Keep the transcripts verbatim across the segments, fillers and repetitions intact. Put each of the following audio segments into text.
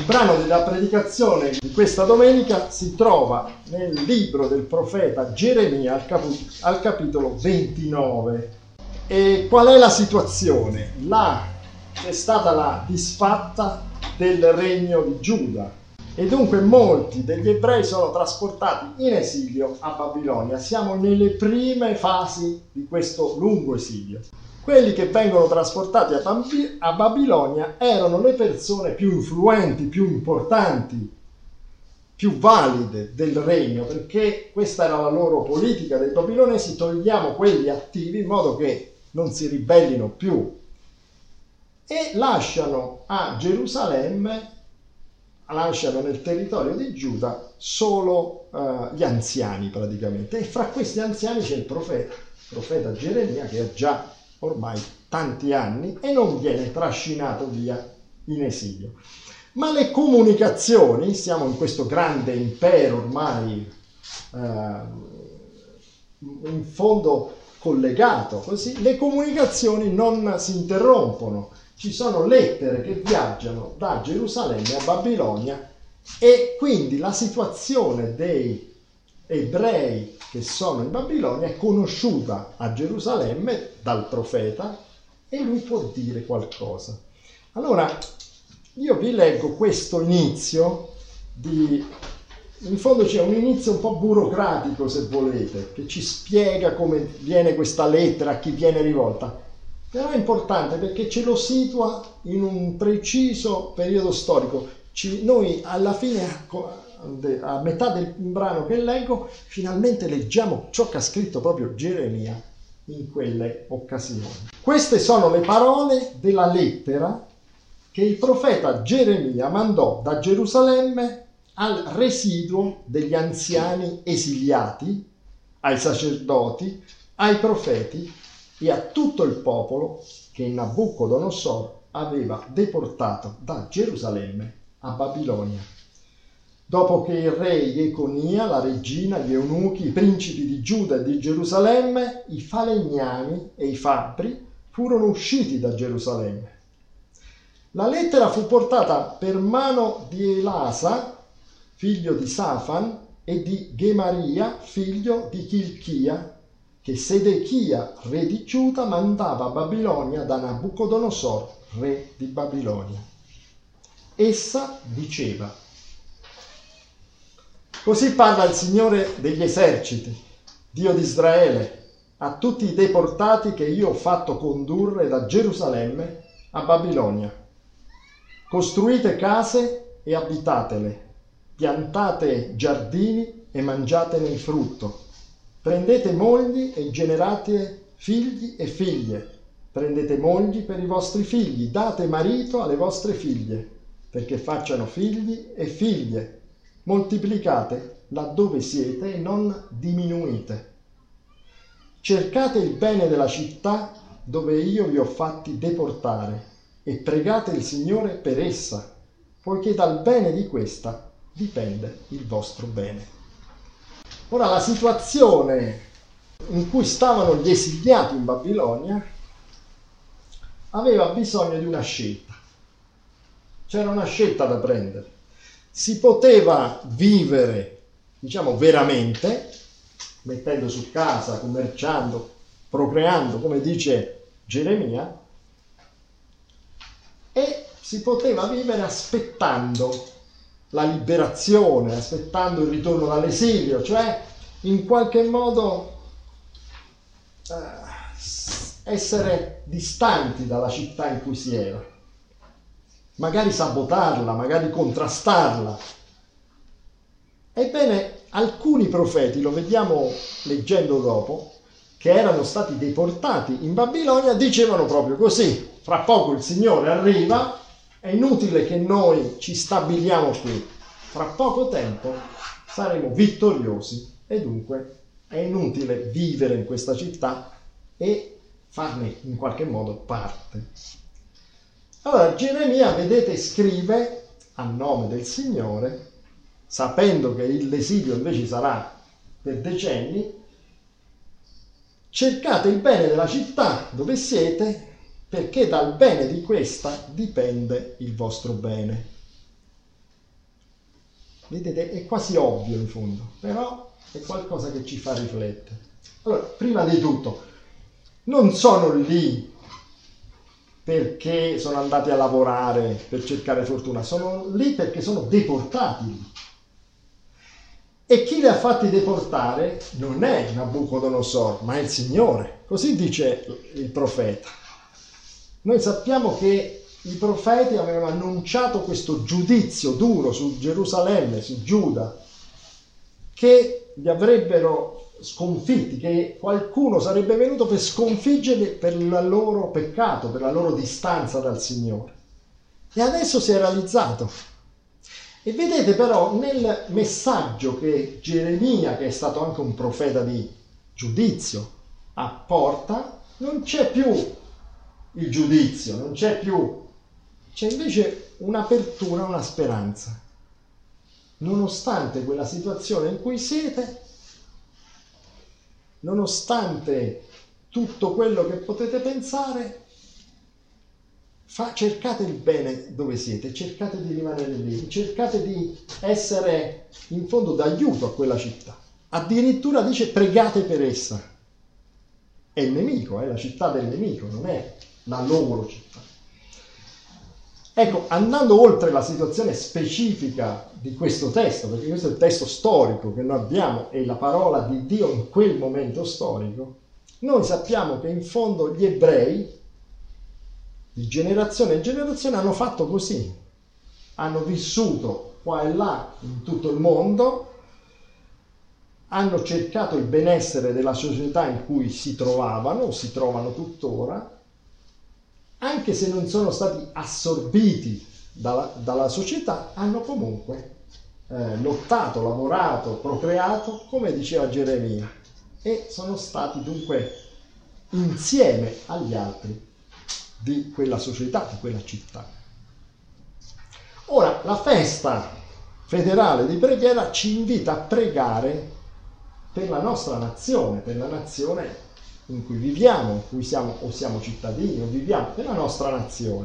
Il brano della predicazione di questa domenica si trova nel libro del profeta Geremia al, capu- al capitolo ventinove. E qual è la situazione? Là c'è stata la disfatta del regno di Giuda e dunque molti degli ebrei sono trasportati in esilio a Babilonia. Siamo nelle prime fasi di questo lungo esilio. Quelli che vengono trasportati a, Bambi- a Babilonia erano le persone più influenti, più importanti, più valide del regno, perché questa era la loro politica dei babilonesi: togliamo quelli attivi in modo che non si ribellino più, e lasciano a Gerusalemme, lasciano nel territorio di Giuda solo uh, gli anziani praticamente, e fra questi anziani c'è il profeta, il profeta Geremia, che ha già ormai tanti anni e non viene trascinato via in esilio. Ma le comunicazioni, siamo in questo grande impero ormai eh, in fondo collegato così, le comunicazioni non si interrompono. Ci sono lettere che viaggiano da Gerusalemme a Babilonia, e quindi la situazione dei ebrei che sono in Babilonia è conosciuta a Gerusalemme dal profeta, e lui può dire qualcosa. Allora io vi leggo questo inizio di... in fondo c'è un inizio un po' burocratico, se volete, che ci spiega come viene questa lettera, a chi viene rivolta, però è importante perché ce lo situa in un preciso periodo storico. Ci... noi alla fine, a metà del brano che leggo, finalmente leggiamo ciò che ha scritto proprio Geremia in quelle occasioni. Queste sono le parole della lettera che il profeta Geremia mandò da Gerusalemme al residuo degli anziani esiliati, ai sacerdoti, ai profeti e a tutto il popolo che Nabucodonosor aveva deportato da Gerusalemme a Babilonia. Dopo che il re Jeconia, la regina, gli eunuchi, i principi di Giuda e di Gerusalemme, i falegnami e i fabbri furono usciti da Gerusalemme. La lettera fu portata per mano di Elasa, figlio di Safan, e di Gemaria, figlio di Chilchia, che Sedechia, re di Giuda, mandava a Babilonia da Nabucodonosor, re di Babilonia. Essa diceva: così parla il Signore degli eserciti, Dio di Israele, a tutti i deportati che io ho fatto condurre da Gerusalemme a Babilonia. Costruite case e abitatele, piantate giardini e mangiatene il frutto. Prendete mogli e generate figli e figlie. Prendete mogli per i vostri figli, date marito alle vostre figlie, perché facciano figli e figlie. Moltiplicate laddove siete e non diminuite. Cercate il bene della città dove io vi ho fatti deportare e pregate il Signore per essa, poiché dal bene di questa dipende il vostro bene. Ora, la situazione in cui stavano gli esiliati in Babilonia aveva bisogno di una scelta. C'era una scelta da prendere. Si poteva vivere, diciamo, veramente, mettendo su casa, commerciando, procreando, come dice Geremia, e si poteva vivere aspettando la liberazione, aspettando il ritorno dall'esilio, cioè in qualche modo eh, essere distanti dalla città in cui si era, magari sabotarla, magari contrastarla. Ebbene, alcuni profeti, lo vediamo leggendo dopo, che erano stati deportati in Babilonia, dicevano proprio così: fra poco il Signore arriva, è inutile che noi ci stabiliamo qui, fra poco tempo saremo vittoriosi e dunque è inutile vivere in questa città e farne in qualche modo parte. Allora Geremia, vedete, scrive a nome del Signore, sapendo che l'esilio invece sarà per decenni: cercate il bene della città dove siete, perché dal bene di questa dipende il vostro bene. Vedete, è quasi ovvio in fondo, però è qualcosa che ci fa riflettere. Allora, prima di tutto, non sono lì perché sono andati a lavorare per cercare fortuna, sono lì perché sono deportati lì. E chi li ha fatti deportare non è Nabucodonosor, ma è il Signore. Così dice il profeta. Noi sappiamo che i profeti avevano annunciato questo giudizio duro su Gerusalemme, su Giuda, che li avrebbero sconfitti, che qualcuno sarebbe venuto per sconfiggerli per il loro peccato, per la loro distanza dal Signore. E adesso si è realizzato. E vedete però nel messaggio che Geremia, che è stato anche un profeta di giudizio, apporta, non c'è più il giudizio, non c'è più, c'è invece un'apertura, una speranza. Nonostante quella situazione in cui siete, nonostante tutto quello che potete pensare, Fa, cercate il bene dove siete, cercate di rimanere lì, cercate di essere in fondo d'aiuto a quella città. Addirittura dice pregate per essa. È il nemico, è la città del nemico, non è la loro città. Ecco, andando oltre la situazione specifica di questo testo, perché questo è il testo storico che noi abbiamo, è la parola di Dio in quel momento storico, noi sappiamo che in fondo gli ebrei, di generazione in generazione, hanno fatto così, hanno vissuto qua e là in tutto il mondo, hanno cercato il benessere della società in cui si trovavano o si trovano tuttora, anche se non sono stati assorbiti dalla, dalla società, hanno comunque eh, lottato, lavorato, procreato, come diceva Geremia, e sono stati dunque insieme agli altri di quella società, di quella città. Ora, la festa federale di preghiera ci invita a pregare per la nostra nazione, per la nazione in cui viviamo, in cui siamo o siamo cittadini o viviamo, per la nostra nazione.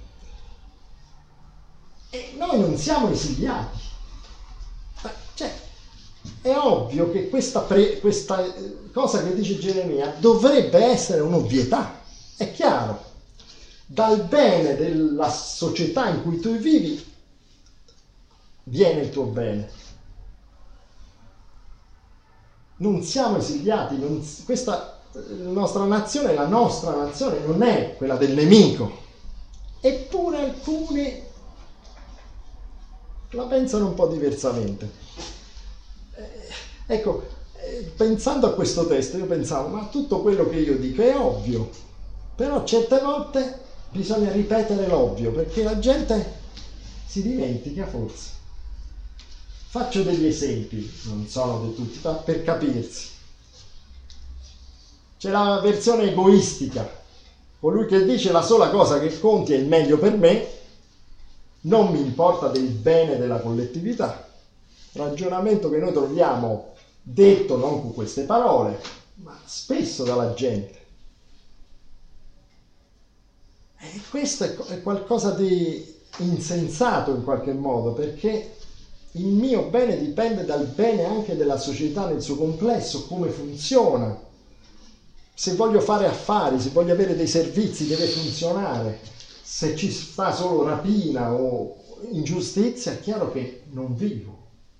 E noi non siamo esiliati. Cioè, è ovvio che questa, pre, questa cosa che dice Geremia dovrebbe essere un'ovvietà, è chiaro. Dal bene della società in cui tu vivi viene il tuo bene. Non siamo esiliati, non, questa la nostra nazione, la nostra nazione non è quella del nemico. Eppure alcuni la pensano un po' diversamente. Eh, ecco, eh, pensando a questo testo io pensavo, ma tutto quello che io dico è ovvio, però certe volte bisogna ripetere l'ovvio, perché la gente si dimentica forse. Faccio degli esempi, non sono di tutti, ma per capirsi. C'è la versione egoistica, colui che dice la sola cosa che conti è il meglio per me, non mi importa del bene della collettività. Ragionamento che noi troviamo detto non con queste parole, ma spesso dalla gente. E questo è qualcosa di insensato in qualche modo, perché il mio bene dipende dal bene anche della società nel suo complesso, come funziona. Se voglio fare affari, se voglio avere dei servizi, deve funzionare. Se ci sta solo rapina o ingiustizia, è chiaro che non vivo.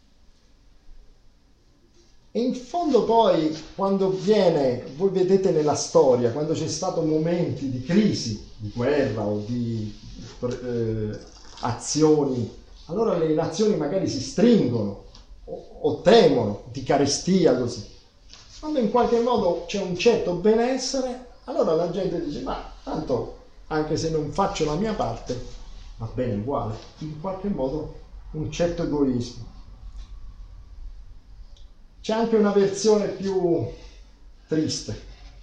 E in fondo poi, quando viene, voi vedete nella storia, quando c'è stato momenti di crisi, di guerra o di eh, azioni, allora le nazioni magari si stringono o, o temono di carestia così. Quando in qualche modo c'è un certo benessere, allora la gente dice, ma tanto anche se non faccio la mia parte, va bene uguale. In qualche modo un certo egoismo. C'è anche una versione più triste,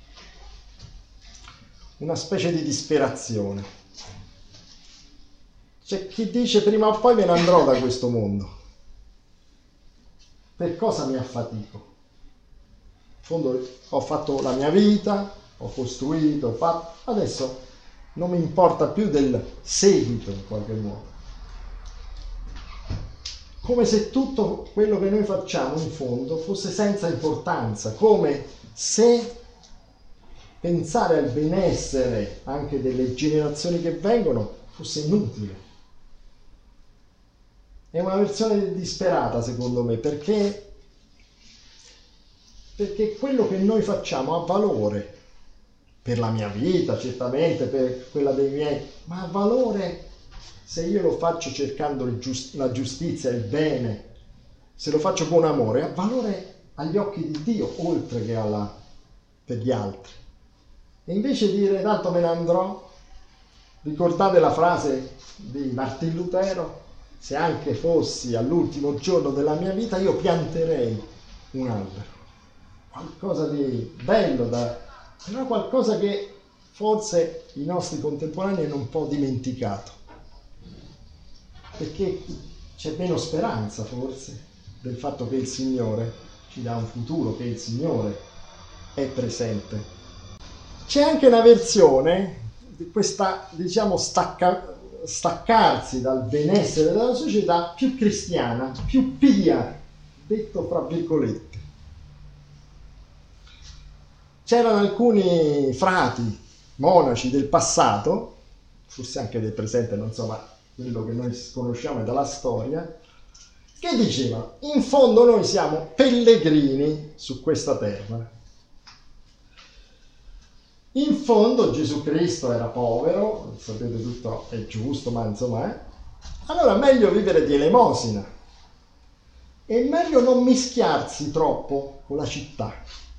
una specie di disperazione. C'è chi dice prima o poi me ne andrò da questo mondo. Per cosa mi affatico? In fondo ho fatto la mia vita, ho costruito, ho fatto, adesso non mi importa più del seguito in qualche modo. come se tutto quello che noi facciamo in fondo fosse senza importanza, come se pensare al benessere anche delle generazioni che vengono fosse inutile. È una versione disperata secondo me, perché, perché quello che noi facciamo ha valore per la mia vita, certamente per quella dei miei, ma ha valore se io lo faccio cercando il giust- la giustizia, il bene, se lo faccio con amore, ha valore agli occhi di Dio, oltre che alla, per gli altri. E invece di dire tanto me ne andrò, ricordate la frase di Martin Lutero: se anche fossi all'ultimo giorno della mia vita, io pianterei un albero. Qualcosa di bello, da, però qualcosa che forse i nostri contemporanei hanno un po' dimenticato, perché c'è meno speranza forse del fatto che il Signore ci dà un futuro, che il Signore è presente. C'è anche una versione di questa, diciamo, stacca, staccarsi dal benessere della società più cristiana, più pia, detto fra virgolette. C'erano alcuni frati, monaci del passato, forse anche del presente, non so, ma quello che noi conosciamo è dalla storia, che dicevano: in fondo noi siamo pellegrini su questa terra. In fondo Gesù Cristo era povero, sapete tutto è giusto, ma insomma è. Allora meglio vivere di elemosina. E meglio non mischiarsi troppo con la città.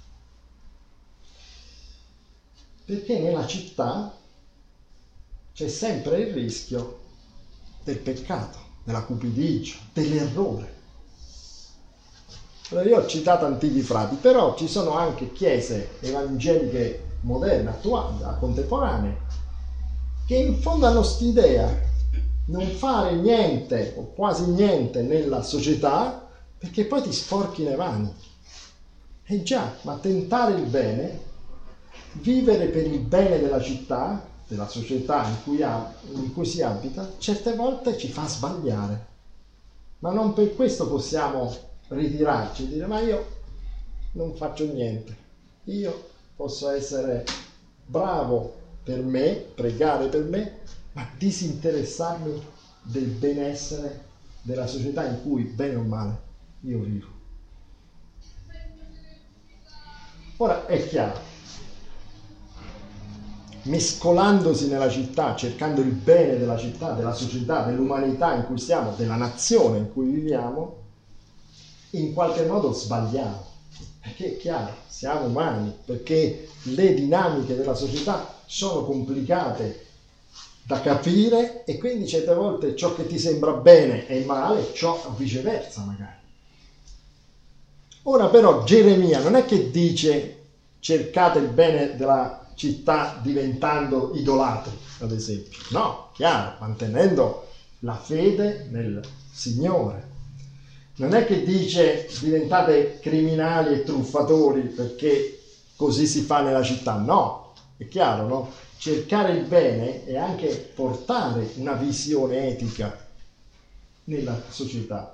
Perché nella città c'è sempre il rischio del peccato, della cupidigia, dell'errore. Allora, io ho citato antichi frati, però ci sono anche chiese evangeliche moderne, attuali, contemporanee, che in fondo hanno st'idea: non fare niente o quasi niente nella società, perché poi ti sporchi le mani. E già, ma tentare il bene, vivere per il bene della città, della società in cui, ha, in cui si abita, certe volte ci fa sbagliare. Ma non per questo possiamo ritirarci e dire: ma io non faccio niente, io posso essere bravo per me, pregare per me, ma disinteressarmi del benessere della società in cui, bene o male, io vivo. Ora è chiaro, mescolandosi nella città, cercando il bene della città, della società, dell'umanità in cui siamo, della nazione in cui viviamo, in qualche modo sbagliamo. Perché è chiaro, siamo umani, perché le dinamiche della società sono complicate da capire e quindi certe volte ciò che ti sembra bene è male, ciò viceversa magari. Ora però Geremia non è che dice cercate il bene della città diventando idolatri, ad esempio. No, chiaro, mantenendo la fede nel Signore. Non è che dice diventate criminali e truffatori perché così si fa nella città. No, è chiaro, no? Cercare il bene è anche portare una visione etica nella società.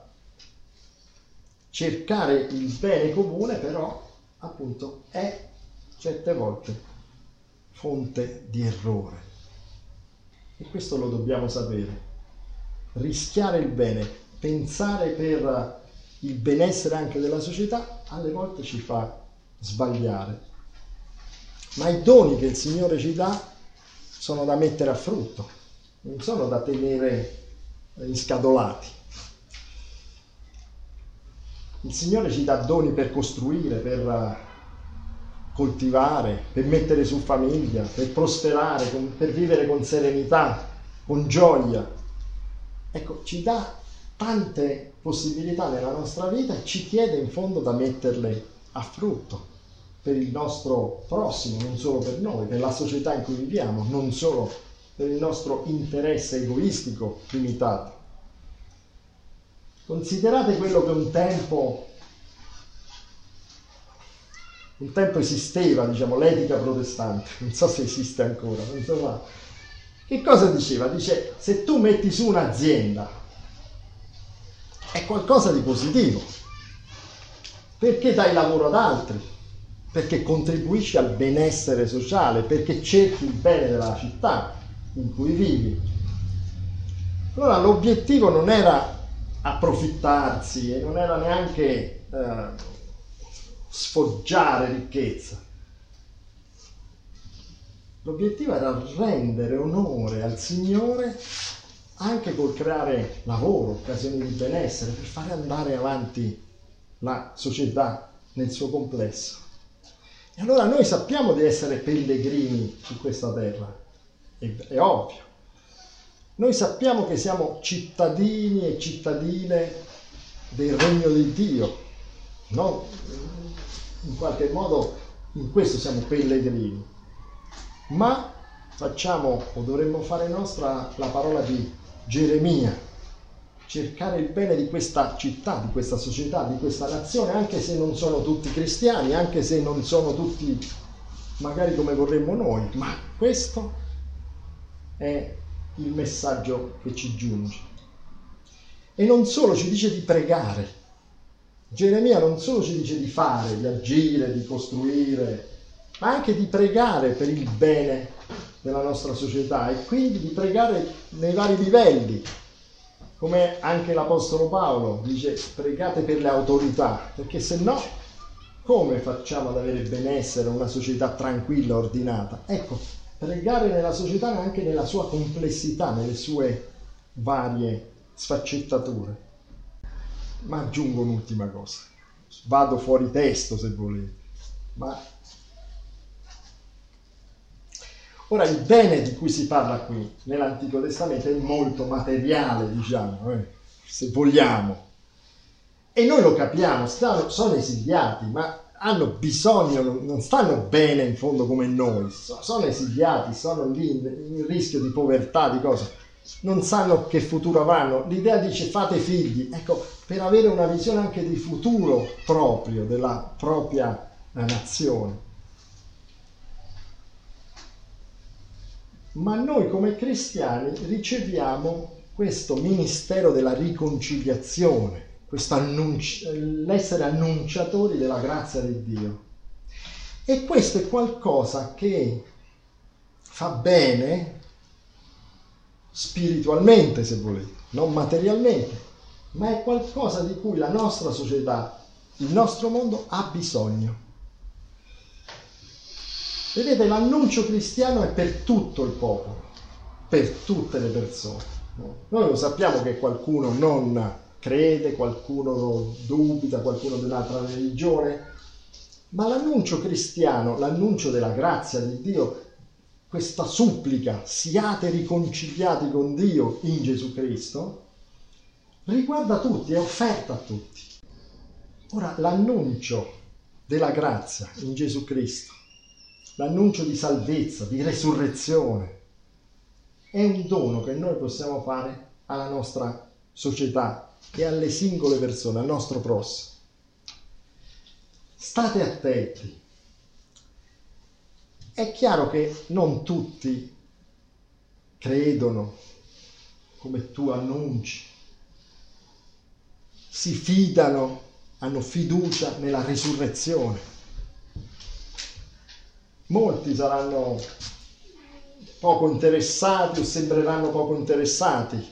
Cercare il bene comune però, appunto, è certe volte fonte di errore. E questo lo dobbiamo sapere. Rischiare il bene, pensare per il benessere anche della società, alle volte ci fa sbagliare. Ma i doni che il Signore ci dà sono da mettere a frutto, non sono da tenere inscatolati. Il Signore ci dà doni per costruire, per coltivare, per mettere su famiglia, per prosperare, per vivere con serenità, con gioia. Ecco, ci dà tante possibilità nella nostra vita e ci chiede in fondo da metterle a frutto per il nostro prossimo, non solo per noi, per la società in cui viviamo, non solo per il nostro interesse egoistico limitato. Considerate quello che un tempo un tempo esisteva, diciamo, l'etica protestante, non so se esiste ancora, insomma, che cosa diceva? Dice: se tu metti su un'azienda è qualcosa di positivo, perché dai lavoro ad altri, perché contribuisci al benessere sociale, perché cerchi il bene della città in cui vivi. Allora l'obiettivo non era approfittarsi e non era neanche eh, sfoggiare ricchezza. L'obiettivo era rendere onore al Signore anche col creare lavoro, occasioni di benessere, per fare andare avanti la società nel suo complesso. E allora noi sappiamo di essere pellegrini su questa terra, è, è ovvio. Noi sappiamo che siamo cittadini e cittadine del regno di Dio, no? In qualche modo in questo siamo pellegrini. Ma facciamo o dovremmo fare nostra la parola di Geremia, cercare il bene di questa città, di questa società, di questa nazione, anche se non sono tutti cristiani, anche se non sono tutti magari come vorremmo noi, ma questo è il messaggio che ci giunge. E non solo ci dice di pregare, Geremia non solo ci dice di fare, di agire, di costruire, ma anche di pregare per il bene della nostra società e quindi di pregare nei vari livelli, come anche l'Apostolo Paolo dice: pregate per le autorità, perché se no come facciamo ad avere benessere, una società tranquilla, ordinata? Ecco, pregare nella società anche nella sua complessità, nelle sue varie sfaccettature. Ma aggiungo un'ultima cosa, vado fuori testo se volete, ma ora il bene di cui si parla qui nell'Antico Testamento è molto materiale, diciamo, eh, se vogliamo, e noi lo capiamo, stanno, sono esiliati, ma hanno bisogno, non stanno bene in fondo come noi, sono esiliati, sono lì in, in rischio di povertà, di cose, non sanno che futuro avranno. L'idea dice fate figli, ecco, per avere una visione anche di futuro proprio della propria nazione. Ma noi come cristiani riceviamo questo ministero della riconciliazione, questo annunci- l'essere annunciatori della grazia di Dio. E questo è qualcosa che fa bene spiritualmente, se volete, non materialmente, ma è qualcosa di cui la nostra società, il nostro mondo ha bisogno. Vedete, l'annuncio cristiano è per tutto il popolo, per tutte le persone. Noi lo sappiamo che qualcuno non crede, qualcuno dubita, qualcuno di un'altra religione, ma l'annuncio cristiano, l'annuncio della grazia di Dio, questa supplica, siate riconciliati con Dio in Gesù Cristo, riguarda tutti, è offerta a tutti. Ora, l'annuncio della grazia in Gesù Cristo, l'annuncio di salvezza, di resurrezione, è un dono che noi possiamo fare alla nostra società e alle singole persone, al nostro prossimo. State attenti. È chiaro che non tutti credono come tu annunci, si fidano, hanno fiducia nella risurrezione. Molti saranno poco interessati o sembreranno poco interessati.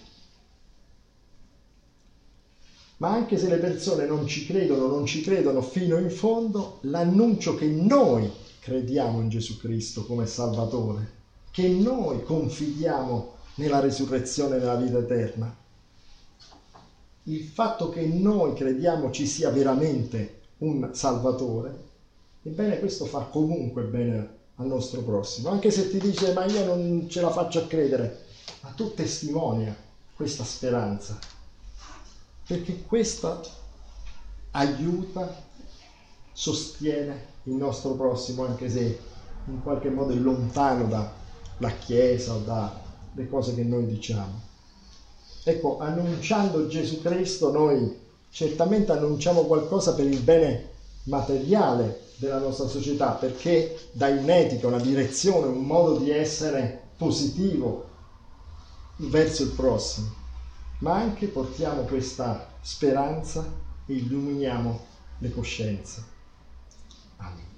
Ma anche se le persone non ci credono, non ci credono fino in fondo, l'annuncio che noi crediamo in Gesù Cristo come Salvatore, che noi confidiamo nella risurrezione e nella vita eterna, il fatto che noi crediamo ci sia veramente un Salvatore, ebbene questo fa comunque bene al nostro prossimo, anche se ti dice ma io non ce la faccio a credere, ma tu testimonia questa speranza, perché questa aiuta, sostiene il nostro prossimo, anche se in qualche modo è lontano dalla Chiesa o dalle cose che noi diciamo. Ecco, annunciando Gesù Cristo noi certamente annunciamo qualcosa per il bene materiale della nostra società, perché dà un'etica, una direzione, un modo di essere positivo verso il prossimo. ma anche portiamo questa speranza e illuminiamo le coscienze. Amen.